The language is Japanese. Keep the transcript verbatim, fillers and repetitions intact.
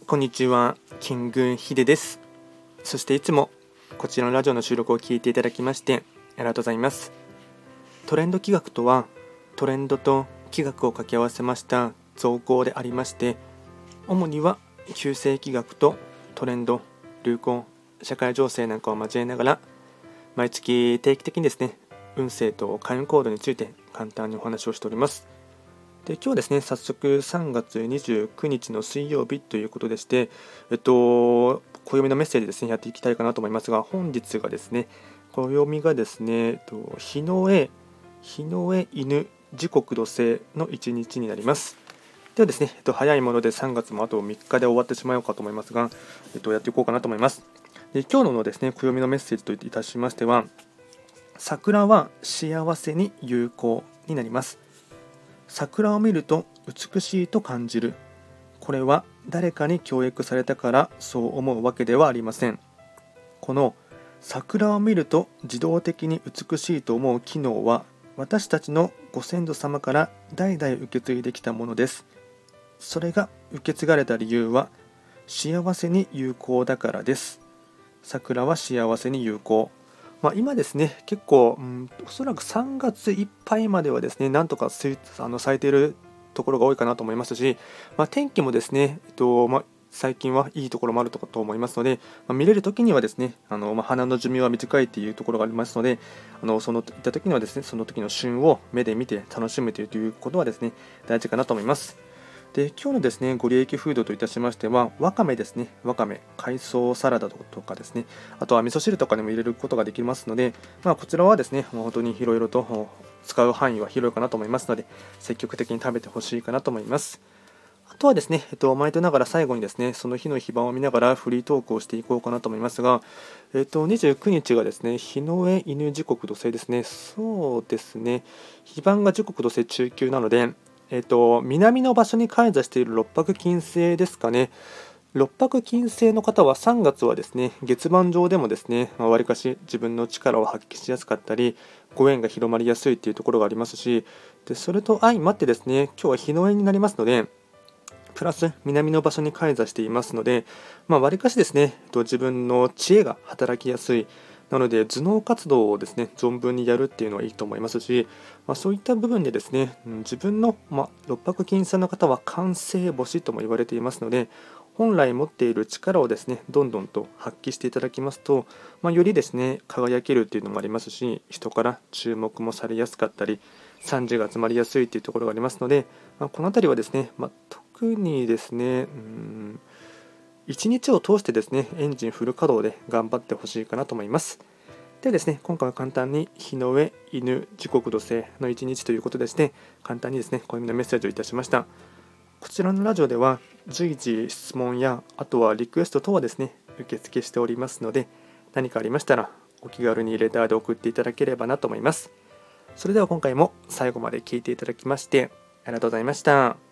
こんにちは、キングヒデです。そしていつもこちらのラジオの収録を聞いていただきましてありがとうございます。トレンド企画とは、トレンドと企画を掛け合わせました造語でありまして、主には旧世企画とトレンド、流行、社会情勢なんかを交えながら、毎月定期的にですね、運勢と開運行動について簡単にお話をしております。で今日はですね、早速さんがつにじゅうくにちの水曜日ということでして、えっと、暦のメッセージですね、やっていきたいかなと思いますが、本日がですね、暦がですね、えっと、日の絵、日の絵犬、時刻土星のいちにちになります。ではですね、えっと、早いものでさんがつもあとみっかで終わってしまおうかと思いますが、えっと、やっていこうかなと思います。で今日のですね、暦のメッセージといたしましては、桜は幸せに有効になります。桜を見ると美しいと感じる。これは誰かに教育されたからそう思うわけではありません。この桜を見ると自動的に美しいと思う機能は、私たちのご先祖様から代々受け継いできたものです。それが受け継がれた理由は、幸せに有効だからです。桜は幸せに有効。まあ、今ですね、結構、うん、おそらくさんがついっぱいまではですね、なんとかあの咲いているところが多いかなと思いますし、まあ、天気もですね、えっとまあ、最近はいいところもあると思いますので、まあ、見れるときにはですね、あの、まあ、花の寿命は短いというところがありますので、あのそのいったときにはですね、その時の旬を目で見て楽しむということはですね、大事かなと思います。で今日のですね、ご利益フードといたしましては、わかめですね、わかめ、海藻サラダとかですね、あとは味噌汁とかにも入れることができますので、まあ、こちらはですね、もう本当にいろいろと使う範囲は広いかなと思いますので、積極的に食べてほしいかなと思います。あとはですね、えっと、毎度ながら最後にですね、その日の非番を見ながらフリートークをしていこうかなと思いますが、えっと、にじゅうくにちがですね、日の絵犬時刻土星ですね。そうですね、非番が時刻土星中級なので、えっと、南の場所に開座している六白金星ですかね。六白金星の方はさんがつはですね、月盤上でもですね、わりかし自分の力を発揮しやすかったり、ご縁が広まりやすいというところがありますし、でそれと相まってですね、今日は日の絵になりますので、プラス南の場所に開座していますので、まあ、割かしですね、自分の知恵が働きやすい。なので頭脳活動をですね、存分にやるっていうのはいいと思いますし、まあ、そういった部分でですね、自分の、まあ、六白金星の方は完成星とも言われていますので、本来持っている力をですね、どんどんと発揮していただきますと、まあ、よりですね、輝けるっていうのもありますし、人から注目もされやすかったり、賛辞が集まりやすいというところがありますので、まあ、この辺りはですね、まあ、特にですね、うんいちにちを通してですね、エンジンフル稼働で頑張ってほしいかなと思います。でですね、今回は簡単に日の上、犬、時刻土星のいちにちということでして、簡単にですね、こういうメッセージをいたしました。こちらのラジオでは随時質問や、あとはリクエスト等はですね、受付しておりますので、何かありましたらお気軽にレターで送っていただければなと思います。それでは今回も最後まで聞いていただきましてありがとうございました。